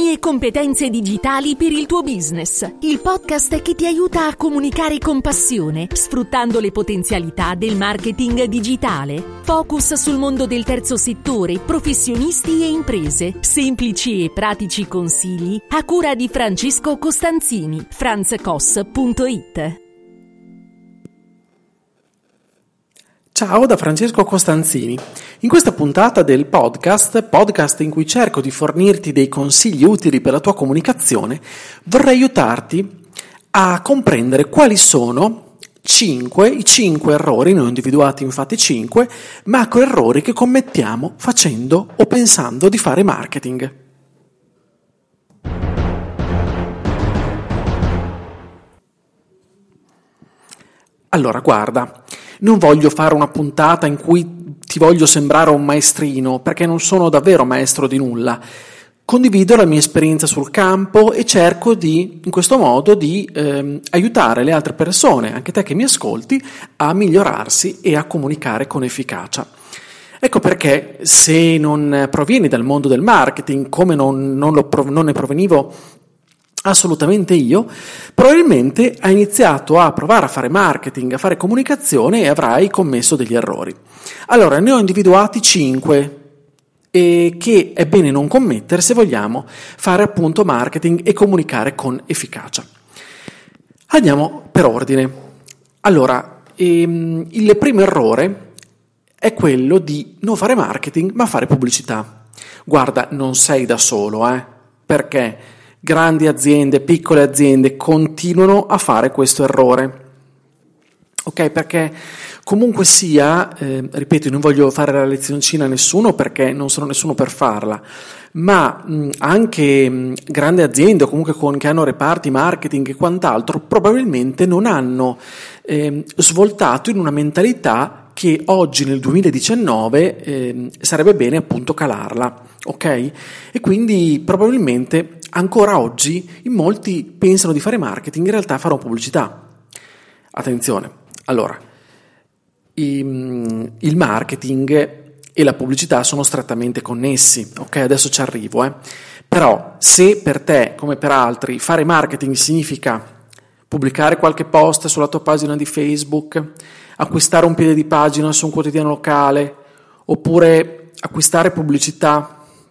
Soluzioni e competenze digitali per il tuo business. Il podcast che ti aiuta a comunicare con passione, sfruttando le potenzialità del marketing digitale. Focus sul mondo del terzo settore, professionisti e imprese. Semplici e pratici consigli a cura di Francesco Costanzini. franzcos.it. Ciao da Francesco Costanzini. In questa puntata del podcast in cui cerco di fornirti dei consigli utili per la tua comunicazione, vorrei aiutarti a comprendere quali sono i 5 errori, ne ho individuati infatti 5, macro errori che commettiamo facendo o pensando di fare marketing. Allora, guarda, non voglio fare una puntata in cui ti voglio sembrare un maestrino, perché non sono davvero maestro di nulla. Condivido la mia esperienza sul campo e cerco in questo modo di aiutare le altre persone, anche te che mi ascolti, a migliorarsi e a comunicare con efficacia. Ecco perché se non provieni dal mondo del marketing, come non ne provenivo assolutamente io, probabilmente hai iniziato a provare a fare marketing, a fare comunicazione e avrai commesso degli errori. Allora, ne ho individuati 5 che è bene non commettere se vogliamo fare appunto marketing e comunicare con efficacia. Andiamo per ordine. Allora, il primo errore è quello di non fare marketing ma fare pubblicità. Guarda, non sei da solo, perché grandi aziende, piccole aziende continuano a fare questo errore. Ok, perché comunque sia, ripeto, non voglio fare la lezioncina a nessuno perché non sono nessuno per farla, ma anche grandi aziende o comunque che hanno reparti marketing e quant'altro probabilmente non hanno svoltato in una mentalità che oggi nel 2019 sarebbe bene appunto calarla, ok? E quindi probabilmente ancora oggi in molti pensano di fare marketing, in realtà faranno pubblicità. Attenzione, allora, il marketing e la pubblicità sono strettamente connessi, ok? Adesso ci arrivo, Però se per te, come per altri, fare marketing significa pubblicare qualche post sulla tua pagina di Facebook, acquistare un piede di pagina su un quotidiano locale, oppure acquistare pubblicità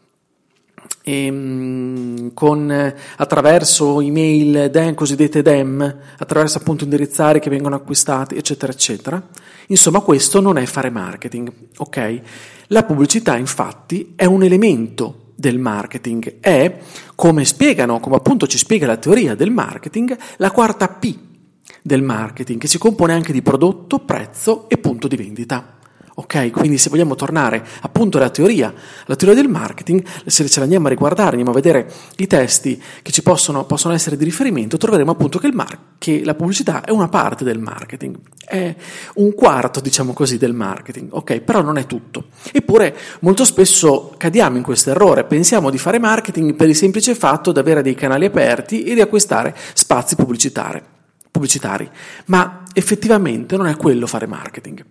attraverso email cosiddette DEM, attraverso appunto indirizzari che vengono acquistati, eccetera, eccetera. Insomma, questo non è fare marketing, ok? La pubblicità, infatti, è un elemento del marketing, è, come appunto ci spiega la teoria del marketing, la quarta P del marketing, che si compone anche di prodotto, prezzo e punto di vendita. Ok, quindi se vogliamo tornare appunto alla teoria del marketing, se ce l'andiamo a riguardare, andiamo a vedere i testi che ci possono essere di riferimento, troveremo appunto che la pubblicità è una parte del marketing, è un quarto, diciamo così, del marketing, ok? Però non è tutto. Eppure molto spesso cadiamo in questo errore, pensiamo di fare marketing per il semplice fatto di avere dei canali aperti e di acquistare spazi pubblicitari, ma effettivamente non è quello fare marketing.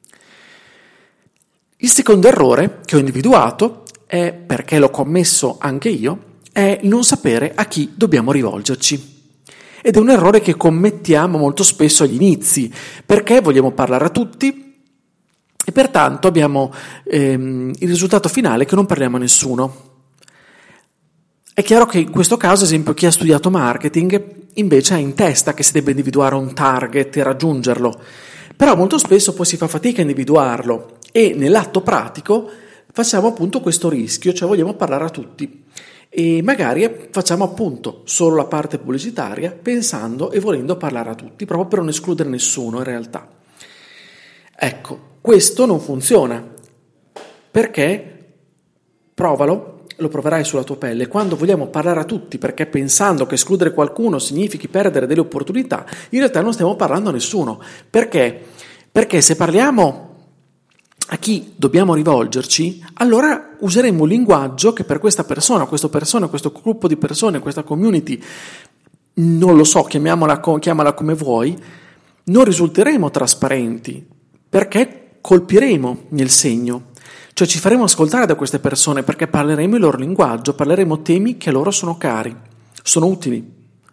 Il secondo errore che ho individuato è, perché l'ho commesso anche io, è non sapere a chi dobbiamo rivolgerci. Ed è un errore che commettiamo molto spesso agli inizi, perché vogliamo parlare a tutti e pertanto abbiamo il risultato finale che non parliamo a nessuno. È chiaro che in questo caso, ad esempio, chi ha studiato marketing invece ha in testa che si deve individuare un target e raggiungerlo, però molto spesso poi si fa fatica a individuarlo e nell'atto pratico facciamo appunto questo rischio, cioè vogliamo parlare a tutti e magari facciamo appunto solo la parte pubblicitaria pensando e volendo parlare a tutti, proprio per non escludere nessuno in realtà. Ecco, questo non funziona, perché provalo, lo proverai sulla tua pelle, quando vogliamo parlare a tutti perché pensando che escludere qualcuno significhi perdere delle opportunità, in realtà non stiamo parlando a nessuno. Perché? Perché se parliamo a chi dobbiamo rivolgerci, allora useremo un linguaggio che per questa persona, questo gruppo di persone, questa community, non lo so, chiamala come vuoi, non risulteremo trasparenti, perché colpiremo nel segno. Cioè ci faremo ascoltare da queste persone perché parleremo il loro linguaggio, parleremo temi che a loro sono cari, sono utili.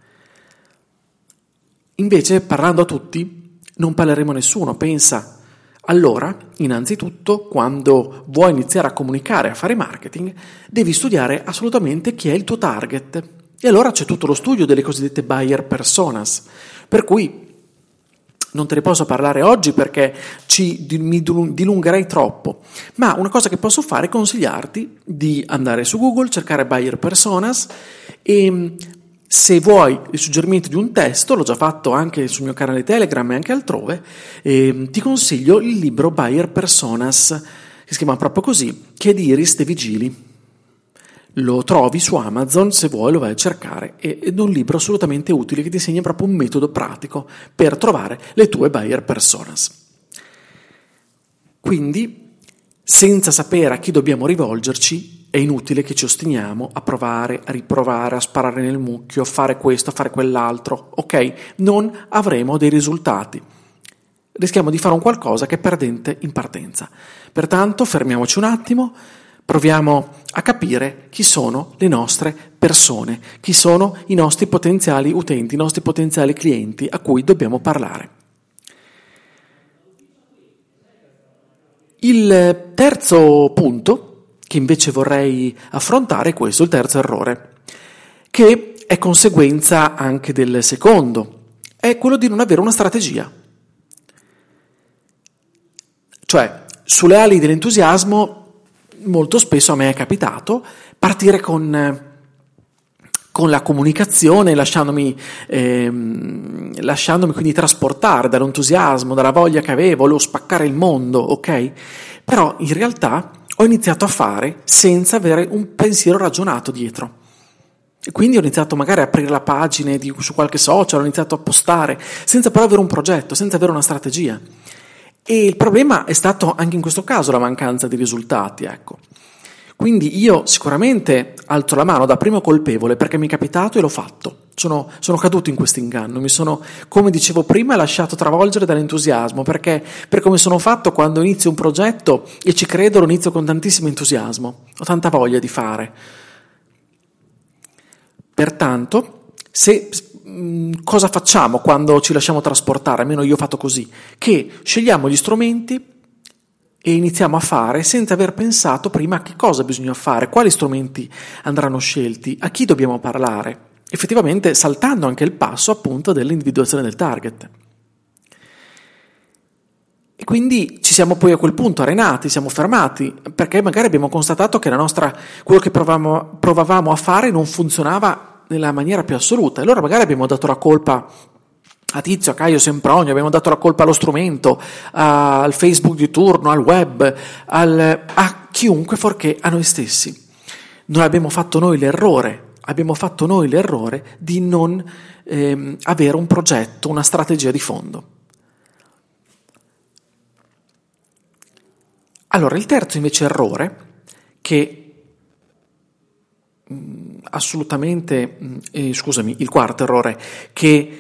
Invece, parlando a tutti, non parleremo a nessuno. Pensa, allora, innanzitutto, quando vuoi iniziare a comunicare, a fare marketing, devi studiare assolutamente chi è il tuo target. E allora c'è tutto lo studio delle cosiddette buyer personas, per cui non te ne posso parlare oggi perché mi dilungherei troppo, ma una cosa che posso fare è consigliarti di andare su Google, cercare buyer personas e se vuoi il suggerimento di un testo, l'ho già fatto anche sul mio canale Telegram e anche altrove, ti consiglio il libro Buyer Personas, che si chiama proprio così, che è di Iris De Vigili. Lo trovi su Amazon, se vuoi lo vai a cercare, ed è un libro assolutamente utile che ti insegna proprio un metodo pratico per trovare le tue buyer personas. Quindi, senza sapere a chi dobbiamo rivolgerci, è inutile che ci ostiniamo a provare, a riprovare, a sparare nel mucchio, a fare questo, a fare quell'altro, ok? Non avremo dei risultati. Rischiamo di fare un qualcosa che è perdente in partenza. Pertanto, fermiamoci un attimo, proviamo a capire chi sono le nostre persone, chi sono i nostri potenziali utenti, i nostri potenziali clienti a cui dobbiamo parlare. Il terzo punto che invece vorrei affrontare è questo, il terzo errore, che è conseguenza anche del secondo, è quello di non avere una strategia. Cioè, sulle ali dell'entusiasmo molto spesso a me è capitato partire con la comunicazione, lasciandomi quindi trasportare dall'entusiasmo, dalla voglia che avevo, volevo spaccare il mondo, ok? Però in realtà ho iniziato a fare senza avere un pensiero ragionato dietro. E quindi ho iniziato magari a aprire la pagina su qualche social, ho iniziato a postare, senza però avere un progetto, senza avere una strategia. E il problema è stato anche in questo caso la mancanza di risultati, ecco. Quindi io sicuramente alzo la mano da primo colpevole perché mi è capitato e l'ho fatto. Sono caduto in questo inganno, mi sono, come dicevo prima, lasciato travolgere dall'entusiasmo perché per come sono fatto quando inizio un progetto e ci credo lo inizio con tantissimo entusiasmo, ho tanta voglia di fare. Pertanto, cosa facciamo quando ci lasciamo trasportare? Almeno io ho fatto così, che scegliamo gli strumenti e iniziamo a fare senza aver pensato prima a che cosa bisogna fare, quali strumenti andranno scelti, a chi dobbiamo parlare, effettivamente saltando anche il passo appunto dell'individuazione del target. E quindi ci siamo poi a quel punto arenati, siamo fermati, perché magari abbiamo constatato che quello che provavamo a fare non funzionava nella maniera più assoluta, e allora magari abbiamo dato la colpa a Tizio, a Caio, Sempronio, abbiamo dato la colpa allo strumento, al Facebook di turno, al web, a chiunque fuorché a noi stessi. Non abbiamo fatto noi l'errore di non avere un progetto, una strategia di fondo. Allora, il terzo invece errore, che il quarto errore che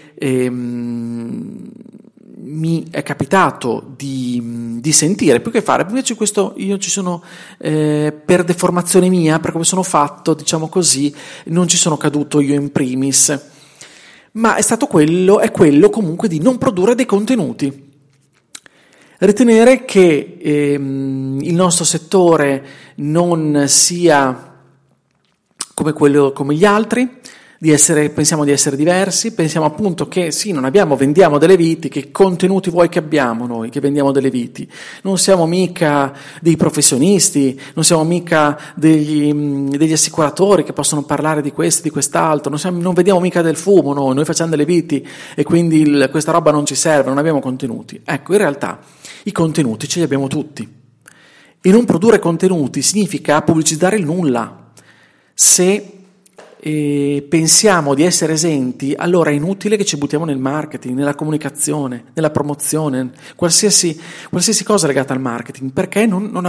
mi è capitato di sentire, più che fare, invece questo io ci sono per deformazione mia, per come sono fatto, diciamo così, non ci sono caduto io in primis, ma è quello comunque di non produrre dei contenuti. Ritenere che il nostro settore non sia come gli altri, pensiamo di essere diversi, pensiamo appunto che sì, vendiamo delle viti, che contenuti vuoi che abbiamo noi che vendiamo delle viti? Non siamo mica dei professionisti, non siamo mica degli assicuratori che possono parlare di questo e di quest'altro, non vediamo mica del fumo, noi facciamo delle viti e quindi questa roba non ci serve, non abbiamo contenuti. Ecco, in realtà i contenuti ce li abbiamo tutti e non produrre contenuti significa pubblicizzare il nulla. Se pensiamo di essere esenti, allora è inutile che ci buttiamo nel marketing, nella comunicazione, nella promozione, qualsiasi cosa legata al marketing, perché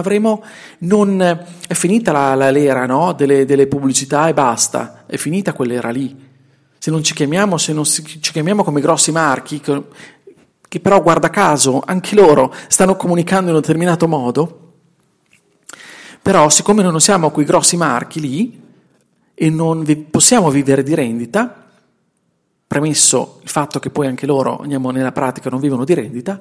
è finita l'era, no? delle pubblicità e basta, è finita quell'era lì. Se non ci chiamiamo come grossi marchi, che però guarda caso anche loro stanno comunicando in un determinato modo, Però siccome noi non siamo quei grossi marchi lì e non possiamo vivere di rendita, premesso il fatto che poi anche loro nella pratica non vivono di rendita,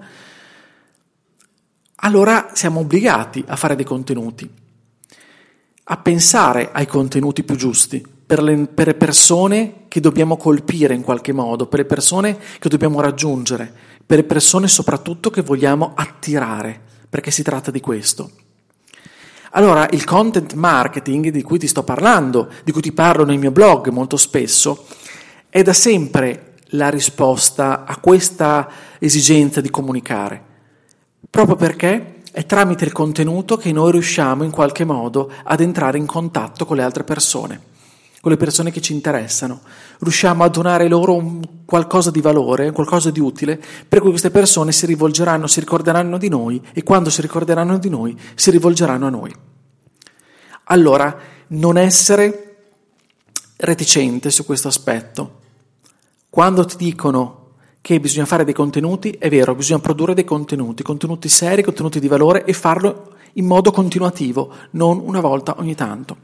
allora siamo obbligati a fare dei contenuti, a pensare ai contenuti più giusti per le persone che dobbiamo colpire in qualche modo, per le persone che dobbiamo raggiungere, per le persone soprattutto che vogliamo attirare, perché si tratta di questo. Allora, il content marketing di cui ti sto parlando, di cui ti parlo nel mio blog molto spesso, è da sempre la risposta a questa esigenza di comunicare, proprio perché è tramite il contenuto che noi riusciamo in qualche modo ad entrare in contatto con le altre persone, con le persone che ci interessano. Riusciamo a donare loro qualcosa di valore, qualcosa di utile, per cui queste persone si ricorderanno di noi e quando si ricorderanno di noi si rivolgeranno a noi. Allora, non essere reticente su questo aspetto. Quando ti dicono che bisogna fare dei contenuti, è vero, bisogna produrre dei contenuti seri, contenuti di valore e farlo in modo continuativo, non una volta ogni tanto.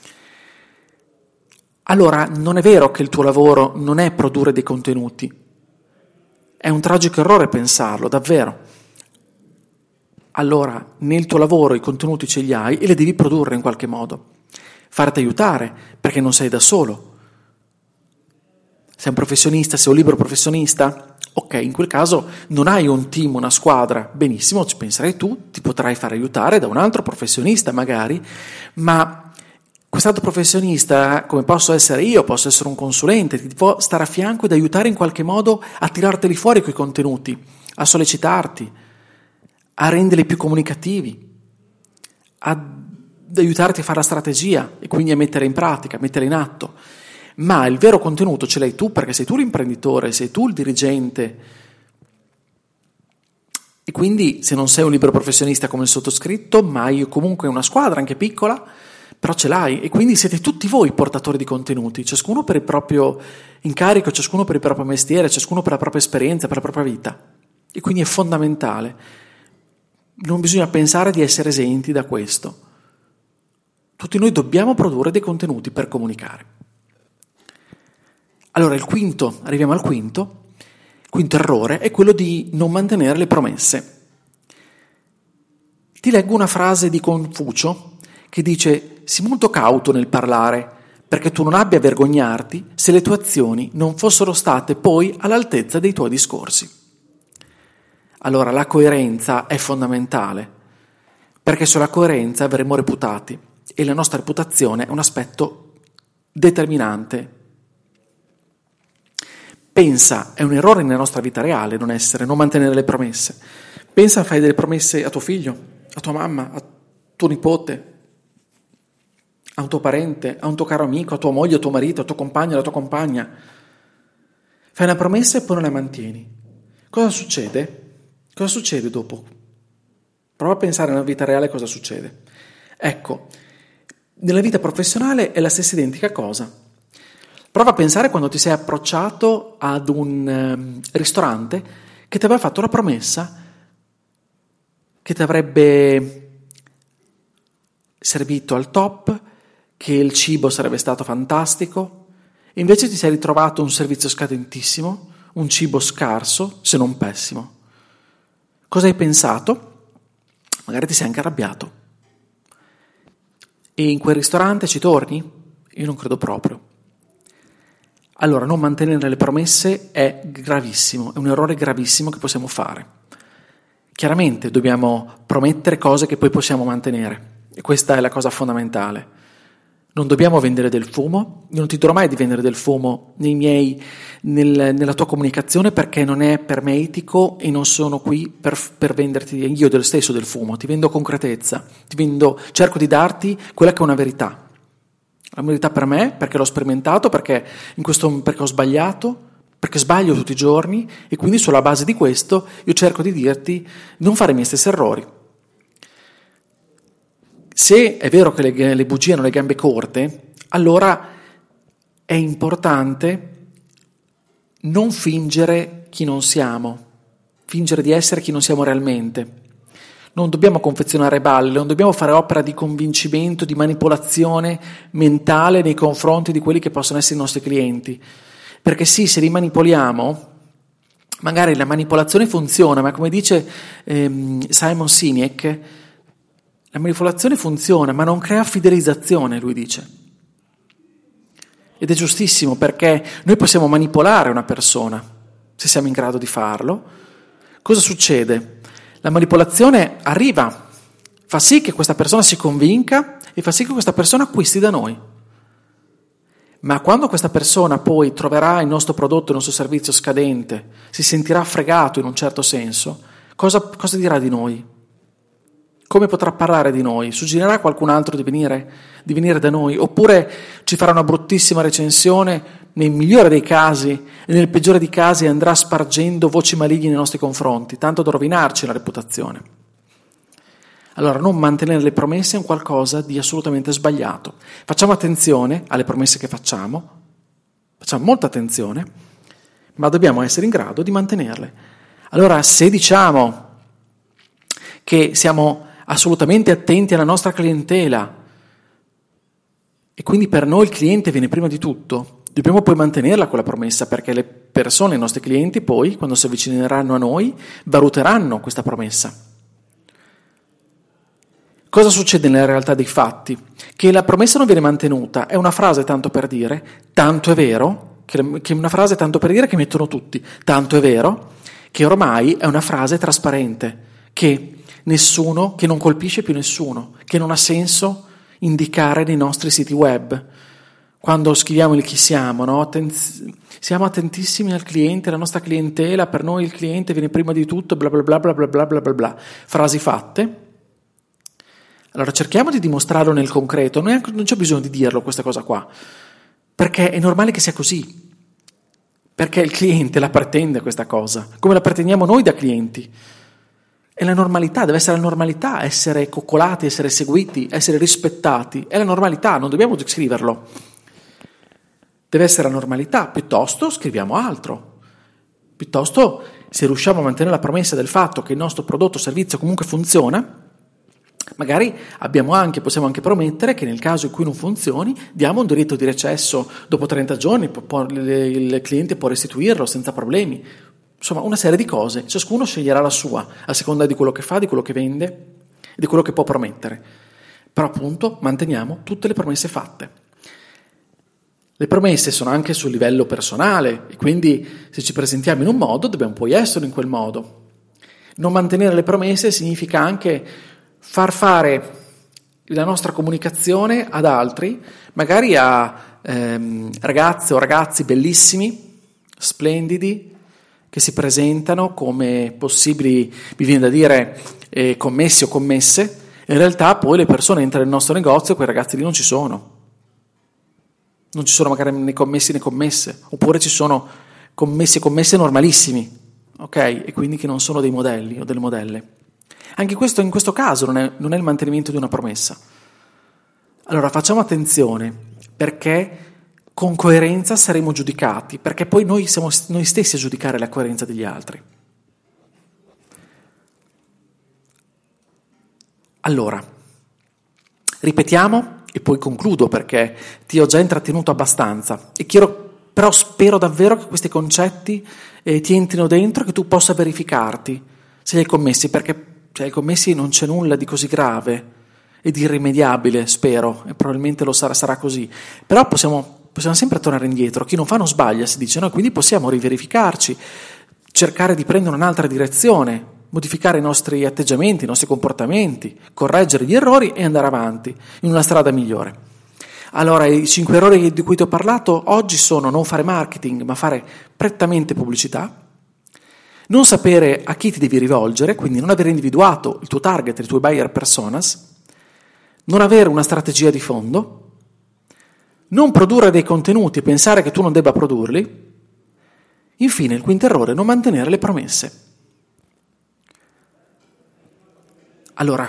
Allora, non è vero che il tuo lavoro non è produrre dei contenuti. È un tragico errore pensarlo, davvero. Allora, nel tuo lavoro i contenuti ce li hai e li devi produrre in qualche modo. Farti aiutare, perché non sei da solo. Sei un professionista, sei un libero professionista? Ok, in quel caso non hai un team, una squadra. Benissimo, ci penserai tu, ti potrai fare aiutare da un altro professionista magari, ma quest'altro professionista, come posso essere io, posso essere un consulente, ti può stare a fianco ed aiutare in qualche modo a tirarteli fuori quei contenuti, a sollecitarti, a renderli più comunicativi, ad aiutarti a fare la strategia e quindi a mettere in pratica, a mettere in atto. Ma il vero contenuto ce l'hai tu, perché sei tu l'imprenditore, sei tu il dirigente. E quindi se non sei un libero professionista come il sottoscritto, ma hai comunque una squadra anche piccola, però ce l'hai, e quindi siete tutti voi portatori di contenuti, ciascuno per il proprio incarico, ciascuno per il proprio mestiere, ciascuno per la propria esperienza, per la propria vita. E quindi è fondamentale. Non bisogna pensare di essere esenti da questo. Tutti noi dobbiamo produrre dei contenuti per comunicare. Allora arriviamo al quinto errore, è quello di non mantenere le promesse. Ti leggo una frase di Confucio che dice: sii molto cauto nel parlare, perché tu non abbia a vergognarti se le tue azioni non fossero state poi all'altezza dei tuoi discorsi. Allora la coerenza è fondamentale, perché sulla coerenza verremo reputati e la nostra reputazione è un aspetto determinante. Pensa, è un errore nella nostra vita reale non mantenere le promesse. Pensa a fare delle promesse a tuo figlio, a tua mamma, a tuo nipote, a un tuo parente, a un tuo caro amico, a tua moglie, a tuo marito, a tuo compagno, alla tua compagna. Fai una promessa e poi non la mantieni. Cosa succede? Cosa succede dopo? Prova a pensare nella vita reale cosa succede. Ecco, nella vita professionale è la stessa identica cosa. Prova a pensare quando ti sei approcciato ad un ristorante che ti aveva fatto la promessa che ti avrebbe servito al top, che il cibo sarebbe stato fantastico, e invece ti sei ritrovato un servizio scadentissimo, un cibo scarso, se non pessimo. Cosa hai pensato? Magari ti sei anche arrabbiato. E in quel ristorante ci torni? Io non credo proprio. Allora, non mantenere le promesse è gravissimo, è un errore gravissimo che possiamo fare. Chiaramente dobbiamo promettere cose che poi possiamo mantenere, e questa è la cosa fondamentale. Non dobbiamo vendere del fumo, io non ti dirò mai di vendere del fumo nella tua comunicazione, perché non è per me etico e non sono qui per venderti io del stesso del fumo, ti vendo concretezza, cerco di darti quella che è una verità. La verità per me, perché l'ho sperimentato, perché ho sbagliato, perché sbaglio tutti i giorni, e quindi sulla base di questo io cerco di dirti non fare i miei stessi errori. Se è vero che le bugie hanno le gambe corte, allora è importante non fingere chi non siamo, fingere di essere chi non siamo realmente. Non dobbiamo confezionare balle, non dobbiamo fare opera di convincimento, di manipolazione mentale nei confronti di quelli che possono essere i nostri clienti. Perché sì, se li manipoliamo, magari la manipolazione funziona, ma come dice Simon Sinek, la manipolazione funziona, ma non crea fidelizzazione, lui dice. Ed è giustissimo, perché noi possiamo manipolare una persona, se siamo in grado di farlo. Cosa succede? La manipolazione arriva, fa sì che questa persona si convinca e fa sì che questa persona acquisti da noi. Ma quando questa persona poi troverà il nostro prodotto, il nostro servizio scadente, si sentirà fregato in un certo senso, cosa dirà di noi? Come potrà parlare di noi? Suggerirà a qualcun altro di venire da noi? Oppure ci farà una bruttissima recensione, nel migliore dei casi e nel peggiore dei casi andrà spargendo voci maligne nei nostri confronti, tanto da rovinarci la reputazione. Allora, non mantenere le promesse è un qualcosa di assolutamente sbagliato. Facciamo attenzione alle promesse che facciamo molta attenzione, ma dobbiamo essere in grado di mantenerle. Allora, se diciamo che siamo assolutamente attenti alla nostra clientela e quindi per noi il cliente viene prima di tutto, dobbiamo poi mantenerla quella promessa, perché le persone, i nostri clienti poi, quando si avvicineranno a noi, valuteranno questa promessa. Cosa succede nella realtà dei fatti? Che la promessa non viene mantenuta, è una frase tanto per dire, tanto è vero, che è una frase tanto per dire che mettono tutti, tanto è vero, che ormai è una frase trasparente, che non colpisce più nessuno, che non ha senso indicare nei nostri siti web. Quando scriviamo il chi siamo, no? Siamo attentissimi al cliente, alla nostra clientela, per noi il cliente viene prima di tutto, bla bla bla bla bla bla bla bla bla. Frasi fatte. Allora cerchiamo di dimostrarlo nel concreto, non c'è bisogno di dirlo questa cosa qua, perché è normale che sia così, perché il cliente la pretende questa cosa, come la pretendiamo noi da clienti. È la normalità, deve essere la normalità, essere coccolati, essere seguiti, essere rispettati, è la normalità, non dobbiamo scriverlo. Deve essere la normalità, piuttosto scriviamo altro. Piuttosto, se riusciamo a mantenere la promessa del fatto che il nostro prodotto o servizio comunque funziona, magari possiamo anche promettere che nel caso in cui non funzioni, diamo un diritto di recesso dopo 30 giorni, il cliente può restituirlo senza problemi. Insomma, una serie di cose, ciascuno sceglierà la sua, a seconda di quello che fa, di quello che vende e di quello che può promettere. Però appunto manteniamo tutte le promesse fatte. Le promesse sono anche sul livello personale e quindi se ci presentiamo in un modo dobbiamo poi essere in quel modo. Non mantenere le promesse significa anche far fare la nostra comunicazione ad altri, magari a ragazze o ragazzi bellissimi, splendidi, che si presentano come possibili, mi viene da dire, commessi o commesse, in realtà poi le persone entrano nel nostro negozio e quei ragazzi lì non ci sono. Non ci sono magari né commessi né commesse, oppure ci sono commessi e commesse normalissimi, ok? E quindi che non sono dei modelli o delle modelle. Anche questo, in questo caso non è il mantenimento di una promessa. Allora facciamo attenzione, perché con coerenza saremo giudicati, perché poi noi siamo noi stessi a giudicare la coerenza degli altri. Allora, ripetiamo e poi concludo, perché ti ho già intrattenuto abbastanza e però spero davvero che questi concetti ti entrino dentro, che tu possa verificarti se li hai commessi, perché se hai commessi non c'è nulla di così grave e di irrimediabile, spero, e probabilmente lo sarà così, però possiamo sempre tornare indietro. Chi non fa non sbaglia, si dice, no? Quindi possiamo riverificarci, cercare di prendere un'altra direzione, modificare i nostri atteggiamenti, i nostri comportamenti, correggere gli errori e andare avanti in una strada migliore. Allora, i 5 errori di cui ti ho parlato oggi sono non fare marketing, ma fare prettamente pubblicità, non sapere a chi ti devi rivolgere, quindi non aver individuato il tuo target, i tuoi buyer personas, non avere una strategia di fondo, non produrre dei contenuti e pensare che tu non debba produrli. Infine, il quinto errore, non mantenere le promesse. Allora,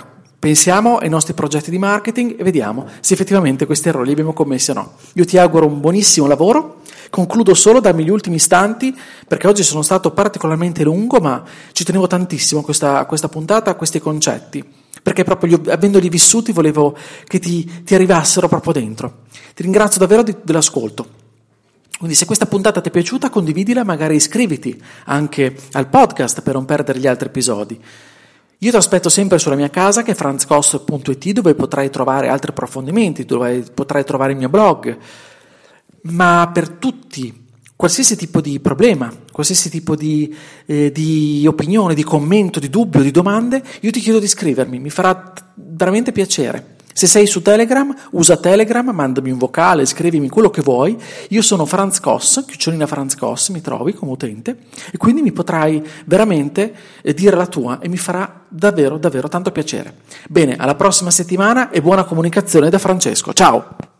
Pensiamo ai nostri progetti di marketing e vediamo se effettivamente questi errori li abbiamo commessi o no. Io ti auguro un buonissimo lavoro. Concludo solo darmi gli ultimi istanti, perché oggi sono stato particolarmente lungo, ma ci tenevo tantissimo a questa puntata, a questi concetti, perché proprio avendoli vissuti volevo che ti arrivassero proprio dentro. Ti ringrazio davvero dell'ascolto. Quindi se questa puntata ti è piaciuta, condividila, magari iscriviti anche al podcast per non perdere gli altri episodi. Io ti aspetto sempre sulla mia casa, che è franzcos.it, dove potrai trovare altri approfondimenti, dove potrai trovare il mio blog. Ma per tutti, qualsiasi tipo di problema, qualsiasi tipo di opinione, di commento, di dubbio, di domande, io ti chiedo di iscrivermi, mi farà veramente piacere. Se sei su Telegram, usa Telegram, mandami un vocale, scrivimi quello che vuoi. Io sono Franz Cos, @Franz Cos, mi trovi come utente, e quindi mi potrai veramente dire la tua e mi farà davvero, davvero tanto piacere. Bene, alla prossima settimana e buona comunicazione da Francesco. Ciao!